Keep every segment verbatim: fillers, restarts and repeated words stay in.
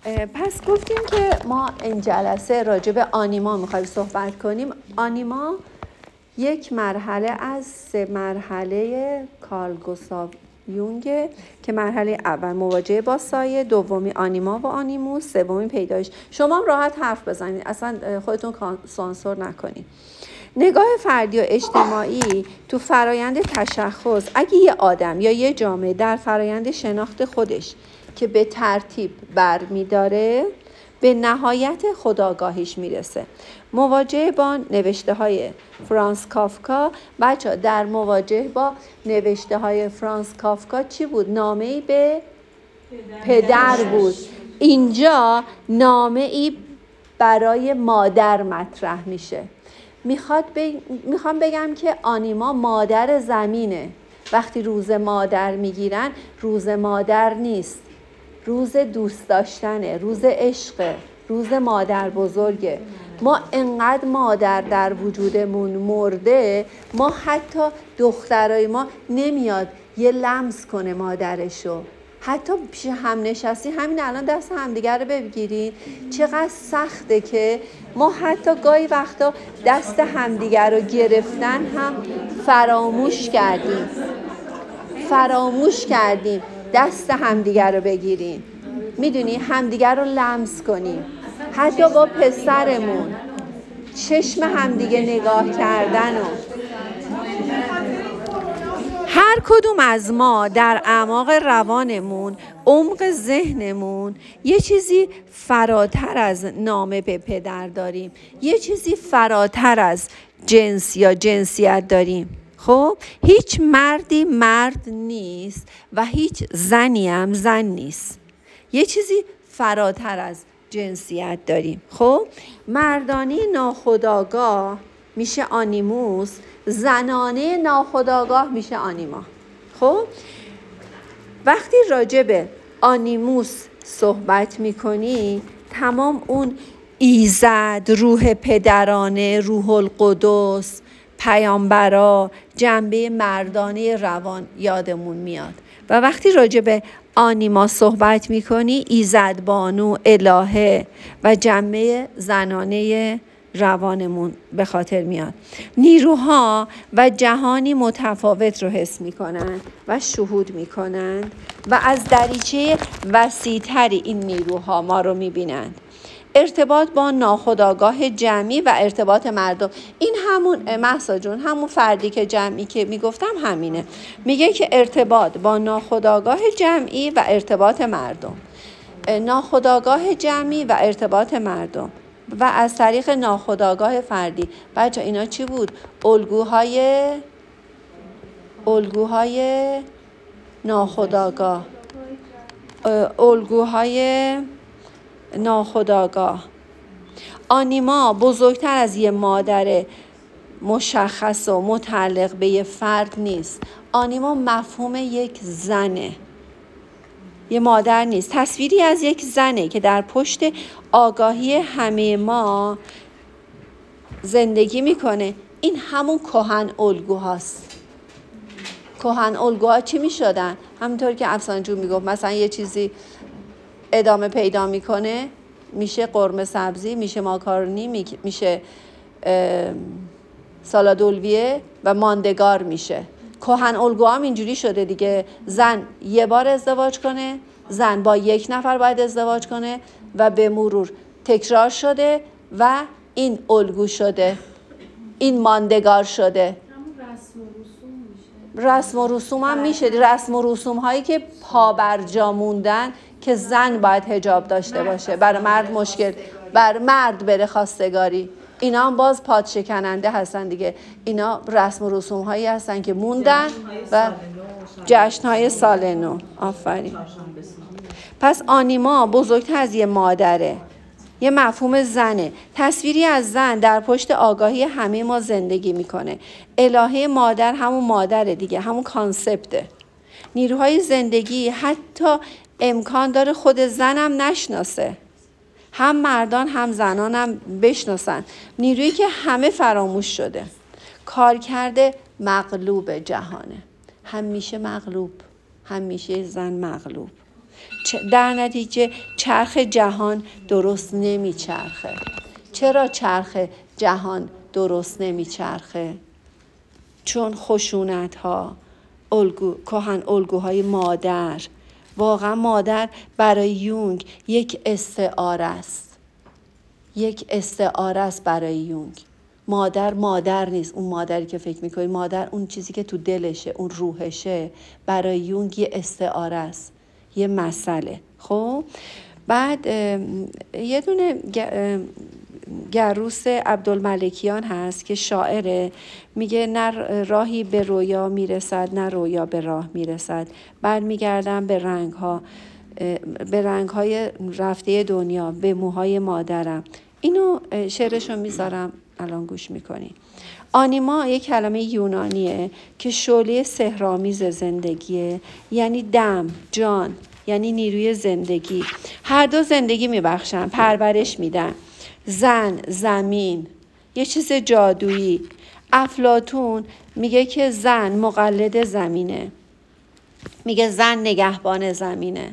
پس گفتیم که ما این جلسه راجع به آنیما میخوایم صحبت کنیم. آنیما یک مرحله از سه مرحله کارل گوستاو یونگ که مرحله اول مواجهه با سایه، دومی آنیما و آنیموس، سومی پیدایش. شما هم راحت حرف بزنید، اصلا خودتون سانسور نکنید. نگاه فردی و اجتماعی تو فرایند تشخص، اگه یه آدم یا یه جامعه در فرایند شناخت خودش که به ترتیب برمیداره به نهایت خودآگاهیش میرسه. مواجهه با نوشته های فرانس کافکا، بچه در مواجهه با نوشته های فرانس کافکا چی بود؟ نامه‌ای به پدر, پدر بود. اینجا نامه‌ای برای مادر مطرح میشه. میخواد ب... میخوام بگم که آنیما مادر زمینه. وقتی روز مادر میگیرن، روز مادر نیست، روز دوست داشتنه، روز عشقه، روز مادر بزرگه. ما انقدر مادر در وجودمون مرده، ما حتی دخترای ما نمیاد یه لمس کنه مادرشو. حتی پیش هم نشستی، همین الان دست همدیگر رو بگیرید، چقدر سخته که ما حتی گاهی وقتا دست همدیگر رو گرفتن هم فراموش کردیم فراموش کردیم دست همدیگر رو بگیریم، میدونی، همدیگر رو لمس کنیم. حتی با پسرمون چشم همدیگه نگاه کردن و هر کدوم از ما در اعماق روانمون، عمق ذهنمون یه چیزی فراتر از نامه به پدر داریم، یه چیزی فراتر از جنس یا جنسیت داریم. خب هیچ مردی مرد نیست و هیچ زنی هم زن نیست، یه چیزی فراتر از جنسیت داریم. خب مردانه ناخودآگاه میشه آنیموس، زنانه ناخودآگاه میشه آنیما. خب وقتی راجع به آنیموس صحبت میکنی، تمام اون ایزد، روح پدرانه، روح القدس، پیامبرا، جنبه مردانه روان یادمون میاد. و وقتی راجع به آنیما صحبت میکنی، ایزد بانو، الهه و جنبه زنانه روانمون به خاطر میاد. نیروها و جهانی متفاوت رو حس میکنن و شهود میکنن و از دریچه وسیع‌تری این نیروها ما رو میبینند. ارتباط با ناخودآگاه جمعی و ارتباط مردم، این همون مهسا جون، همون فردی که جمعی که میگفتم همینه. میگه که ارتباط با ناخودآگاه جمعی و ارتباط مردم، ناخودآگاه جمعی و ارتباط مردم و از طریق ناخودآگاه فردی. بچه اینا چی بود؟ الگوهای الگوهای ناخودآگاه الگوهای ناخودآگاه. آنیما بزرگتر از یه مادر مشخص و متعلق به یه فرد نیست. آنیما مفهوم یک زنه، یه مادر نیست. تصویری از یک زنه که در پشت آگاهی همه ما زندگی میکنه. این همون کهن الگوهاست. کهن الگوها چی میشدن؟ همونطور که افسانه جون میگفت، مثلا یه چیزی ادامه پیدا میکنه، میشه قرمه سبزی، میشه ماکارونی، میشه سالاد الویه و ماندگار میشه. کهن الگوها هم اینجوری شده دیگه. زن یه بار ازدواج کنه، زن با یک نفر باید ازدواج کنه و به مرور تکرار شده و این الگو شده، این ماندگار شده. رسم و رسوم هم میشه. رسم و رسوم هایی که پا بر جا موندن که زن باید حجاب داشته باشه، برای مرد مشکل، بر مرد بره خواستگاری، اینا هم باز پاد شکننده هستن دیگه. اینا رسم و رسوم هایی هستن که موندن و جشن های سال نو. آفرین. پس آنیما بزرگتر از یه مادره، یه مفهوم زنه. تصویری از زن در پشت آگاهی همه ما زندگی میکنه. الهه مادر همون مادره دیگه، همون کانسپته. نیروهای زندگی حتی امکان داره خود زنم نشناسه، هم مردان هم زنان هم بشناسن. نیرویی که همه فراموش شده. کارکرد مغلوب جهانه، همیشه مغلوب، همیشه زن مغلوب. در نتیجه چرخ جهان درست نمیچرخه. چرا چرخ جهان درست نمیچرخه؟ چون خشونت ها، الگو، کهن الگوهای مادر، واقعا مادر برای یونگ یک استعاره است. یک استعاره است برای یونگ. مادر مادر نیست. اون مادری که فکر میکنی مادر، اون چیزی که تو دلشه، اون روحشه، برای یونگ یه استعاره است، یه مسئله. خب بعد یه دونه گروس عبدالملکیان هست که شاعره، میگه نه راهی به رویا میرسد نه رویا به راه میرسد، برمیگردم به رنگ ها، به رنگ های رفته دنیا، به موهای مادرم. اینو شعرشو میذارم الان گوش میکنی. آنیما یک کلمه یونانیه که شعله سحرآمیز زندگیه، یعنی دم، جان، یعنی نیروی زندگی. هر دو زندگی میبخشن، پرورش میدن. زن، زمین، یه چیز جادویی. افلاطون میگه که زن مقلد زمینه، میگه زن نگهبان زمینه.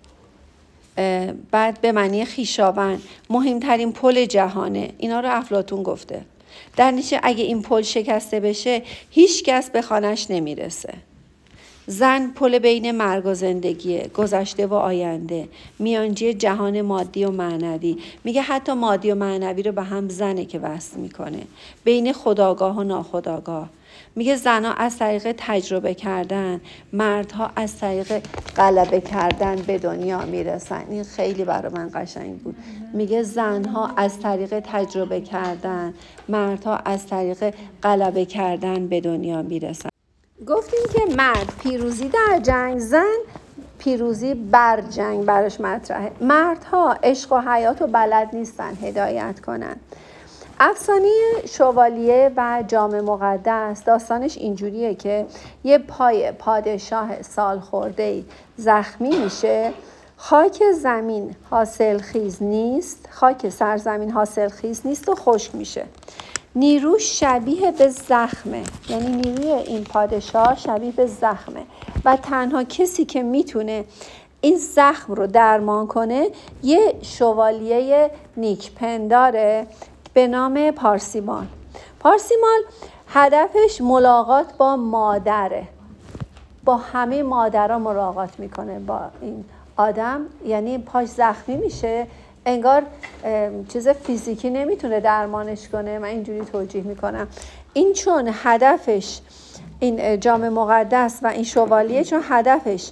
بعد به معنی خویشاوند، مهمترین پل جهانه. اینا رو افلاطون گفته. در نتیجه اگه این پل شکسته بشه هیچ کس به خانه‌اش نمیرسه. زن پل بین مرگ و زندگیه، گذشته و آینده، میانجی جهان مادی و معنوی. میگه حتی مادی و معنوی رو به هم زنه که وصل میکنه، بین خودآگاه و ناخودآگاه. میگه زنها از طریق تجربه کردن، مردها از طریق غلبه کردن به دنیا میرسن. این خیلی برای من قشنگ بود. میگه زنها از طریق تجربه کردن، مردها از طریق غلبه کردن به دنیا میرسن. گفتیم که مرد پیروزی در جنگ، زن پیروزی بر جنگ براش مطرحه. مردها عشق و حیات و بلد نیستن هدایت کنن. افسانه شوالیه و جام مقدس داستانش اینجوریه که یه پای پادشاه سال خورده‌ای زخمی میشه، خاک زمین حاصل خیز نیست، خاک سرزمین حاصل خیز نیست و خشک میشه. نیرو شبیه به زخمه، یعنی نیروی این پادشاه شبیه به زخمه و تنها کسی که میتونه این زخم رو درمان کنه یه شوالیه نیکپنداره به نام پارسیمال. پارسیمال هدفش ملاقات با مادره، با همه مادرها ملاقات میکنه با این آدم. یعنی پاش زخمی میشه، انگار چیز فیزیکی نمیتونه درمانش کنه. من اینجوری توجیه میکنم. این چون هدفش این جام مقدس و این شوالیه، چون هدفش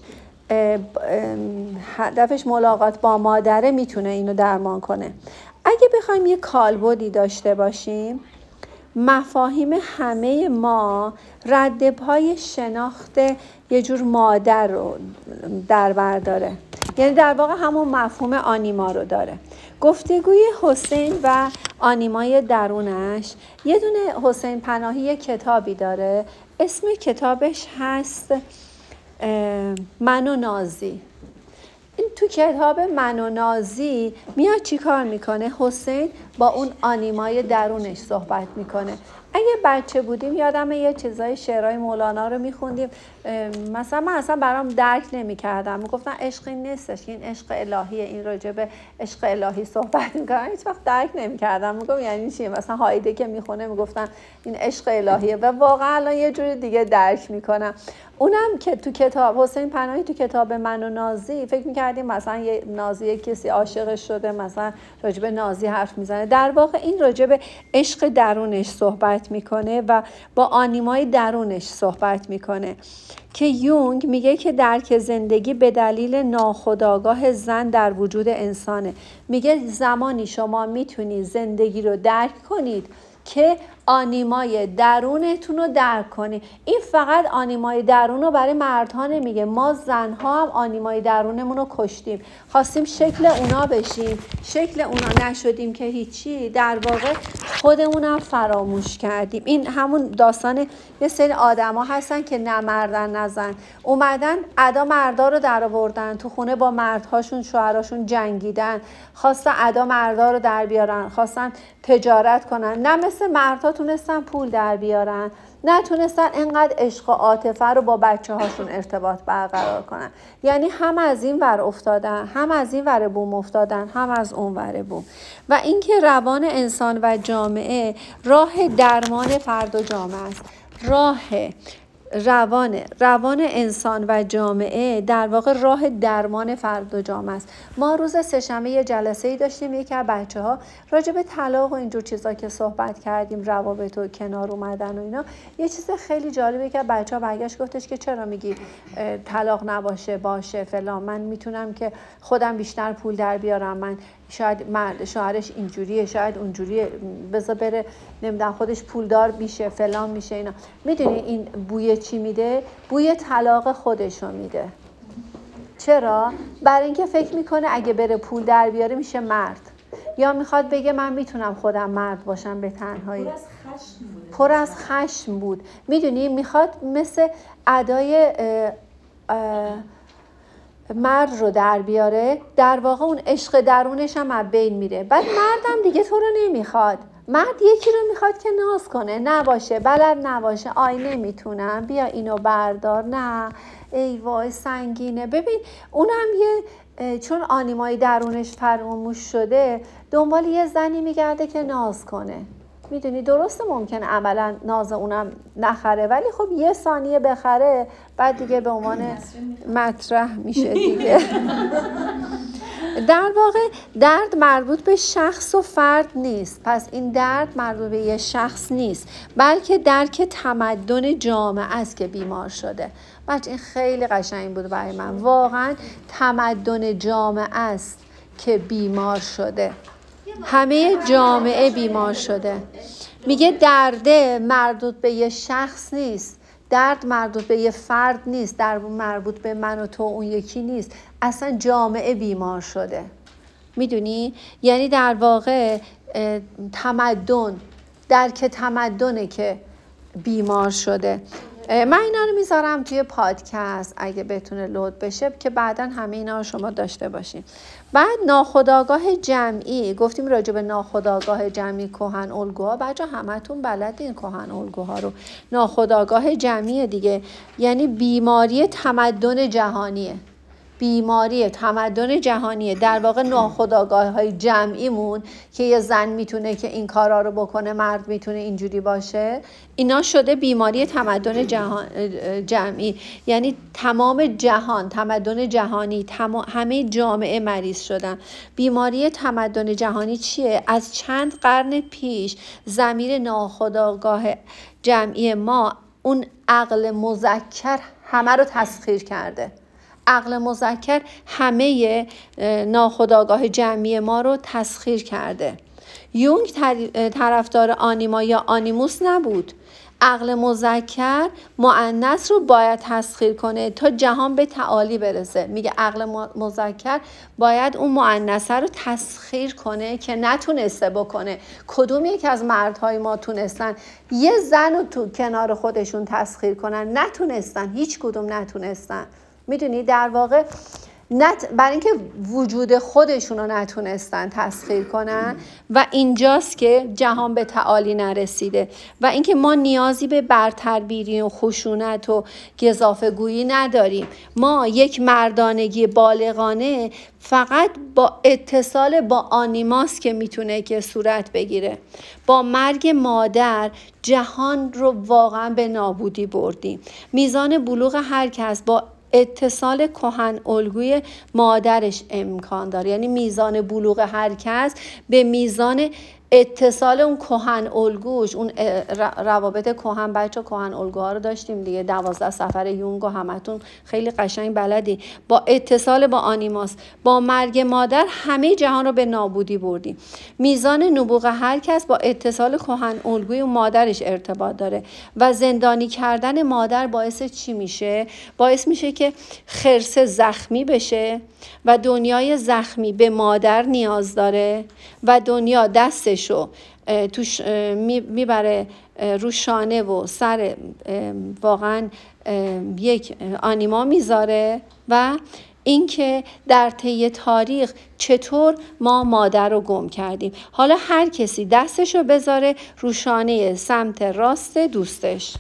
هدفش ملاقات با مادره، میتونه اینو درمان کنه. اگه بخوایم یه کالبدی داشته باشیم، مفاهیم همه ما رد پای شناخت یه جور مادر رو در بر داره، یعنی در واقع همون مفهوم آنیما رو داره. گفتگوی حسین و آنیمای درونش. یه دونه حسین پناهی یه کتابی داره، اسم کتابش هست من و نازی. این تو کتاب من و نازی میاد چی کار میکنه؟ حسین با اون آنیمای درونش صحبت میکنه. اگه بچه بودیم یادم یه چیزای شعرهای مولانا رو میخوندیم، مثلا من اصلا برام درک نمیکردم، میگفتن عشقی نیستش، این عشق الهیه، این راجع به عشق الهی صحبت میکنن. هیچ وقت درک نمیکردم، میگم یعنی چی؟ مثلا هایده که میخونه میگفتن این عشق الهیه و واقعا الان یه جوری دیگه درک میکنم. اونم که تو کتاب حسین پناهی تو کتاب من و نازی فکر میکردیم مثلا یه نازی کسی عاشقش شده، مثلا راجع به نازی حرف میزنه. در واقع این راجع به عشق درونش صحبت میکنه و با آنیمای درونش صحبت میکنه که یونگ میگه که درک زندگی به دلیل ناخودآگاه زن در وجود انسانه. میگه زمانی شما میتونید زندگی رو درک کنید که آنیمای درونتون رو درک کنی. این فقط آنیمای درون رو برای مردها نمیگه، ما زنها هم آنیمای درونمون رو کشتیم، خواستیم شکل اونا بشیم، شکل اونا نشدیم که هیچی، در واقع خودمونم فراموش کردیم. این همون داستان یه سری آدم ها هستن که نه مردن نه زن، اومدن ادا مردا رو در آوردن تو خونه، با مردهاشون شوهراشون جنگیدن، خواستن ادا مردا رو در بیارن، خواستن تجارت کنن، نه مثل مردها تونستن پول در بیارن، نتونستن اینقدر عشق و عاطفه رو با بچه هاشون ارتباط برقرار کنن. یعنی هم از این ور افتادن، هم از این ور بوم افتادن، هم از اون ور بوم. و اینکه روان انسان و جامعه راه درمان فرد و جامعه است. راه روان روان انسان و جامعه در واقع راه درمان فرد و جامعه است. ما روز سه‌شنبه یه جلسه‌ای داشتیم، یکی از بچه‌ها راجع به طلاق و اینجور چیزا که صحبت کردیم، روابط و کنار اومدن و اینا، یه چیز خیلی جالبه که بچه‌ها برگشت گفتش که چرا میگی طلاق نباشه باشه فلان، من میتونم که خودم بیشتر پول در بیارم، من شاید مرد شوهرش اینجوریه شاید اونجوریه، بذار بره نمیدونم خودش پولدار میشه فلان میشه اینا. میدونی این بوی چی میده؟ بوی طلاق خودشو میده. چرا؟ برای اینکه فکر میکنه اگه بره پول در بیاره میشه مرد، یا میخواد بگه من میتونم خودم مرد باشم به تنهایی. پر از خشم بود. پر از خشم بود. میدونی میخواد مثل ادای اه اه مرد رو در بیاره، در واقع اون عشق درونش هم از بین میره. بعد مردم دیگه تو رو نمیخواد. مرد یکی رو میخواد که ناز کنه، نباشه بلد نباشه، آی نمیتونم بیا اینو بردار، نه ای وای سنگینه. ببین اونم یه چون آنیمای درونش فراموش شده دنبال یه زنی میگرده که ناز کنه. میدونی درسته ممکنه عملا ناز اونم نخره، ولی خب یه ثانیه بخره بعد دیگه به عنوان مطرح میشه دیگه. در واقع درد مربوط به شخص و فرد نیست. پس این درد مربوط به یه شخص نیست، بلکه درک تمدن جامعه است که بیمار شده. بچه این خیلی قشنگ بود برای من. واقعا تمدن جامعه است که بیمار شده. همه جامعه بیمار شده. میگه درده مربوط به یه شخص نیست، درد مربوط به یه فرد نیست، درد مربوط به من و تو اون یکی نیست، اصلا جامعه بیمار شده. میدونی؟ یعنی در واقع تمدن درک تمدنه که بیمار شده. من اینا رو میذارم توی پادکست اگه بتونه لود بشه که بعدا همه اینا رو شما داشته باشین. بعد ناخودآگاه جمعی، گفتیم راجع به ناخودآگاه جمعی کهن الگوها، بچه همتون بلدین کهن الگوها رو. ناخودآگاه جمعی دیگه یعنی بیماری تمدن جهانیه. بیماری تمدن جهانیه. در واقع ناخودآگاه های جمعیمون که یه زن میتونه که این کارا رو بکنه، مرد میتونه اینجوری باشه، اینا شده بیماری تمدن جهان جمعی. یعنی تمام جهان، تمدن جهانی، تمام همه جامعه مریض شدن. بیماری تمدن جهانی چیه؟ از چند قرن پیش ضمیر ناخودآگاه جمعی ما اون عقل مذکر همه رو تسخیر کرده. عقل مذکر همه ناخودآگاه جمعی ما رو تسخیر کرده. یونگ طرفدار آنیما یا آنیموس نبود. عقل مذکر مؤنث رو باید تسخیر کنه تا جهان به تعالی برسه. میگه عقل مذکر باید اون مؤنثه رو تسخیر کنه که نتونسته بکنه. کدوم یک از مردهای ما تونستن یه زن رو تو کنار خودشون تسخیر کنن؟ نتونستن، هیچ کدوم نتونستن. میدونی در واقع نت برای اینکه وجود خودشون رو نتونستن تسخیر کنن و اینجاست که جهان به تعالی نرسیده و اینکه ما نیازی به برتربیری و خشونت و گزافه‌گویی نداریم. ما یک مردانگی بالغانه فقط با اتصال با آنیماس که میتونه که صورت بگیره. با مرگ مادر جهان رو واقعا به نابودی بردیم. میزان بلوغ هر کس با اتصال کهن الگوی مادرش امکان داره. یعنی میزان بلوغ هر کس به میزان اتصال اون کهن الگوش، اون روابط کهن. بچه کهن الگوها رو داشتیم دیگه، دوازده سفر یونگ و همتون خیلی قشنگ بلدی. با اتصال با آنیماس، با مرگ مادر همه جهان رو به نابودی بردیم. میزان نبوغ هر کس با اتصال کهن الگوی اون مادرش ارتباط داره و زندانی کردن مادر باعث چی میشه؟ باعث میشه که خرسه زخمی بشه و دنیای زخمی به مادر نیاز داره و دنیا دستشو توش میبره رو شانه و سر واقعا یک آنیما میذاره. و اینکه در طی تاریخ چطور ما مادر رو گم کردیم. حالا هر کسی دستشو بذاره رو شانه سمت راست دوستش.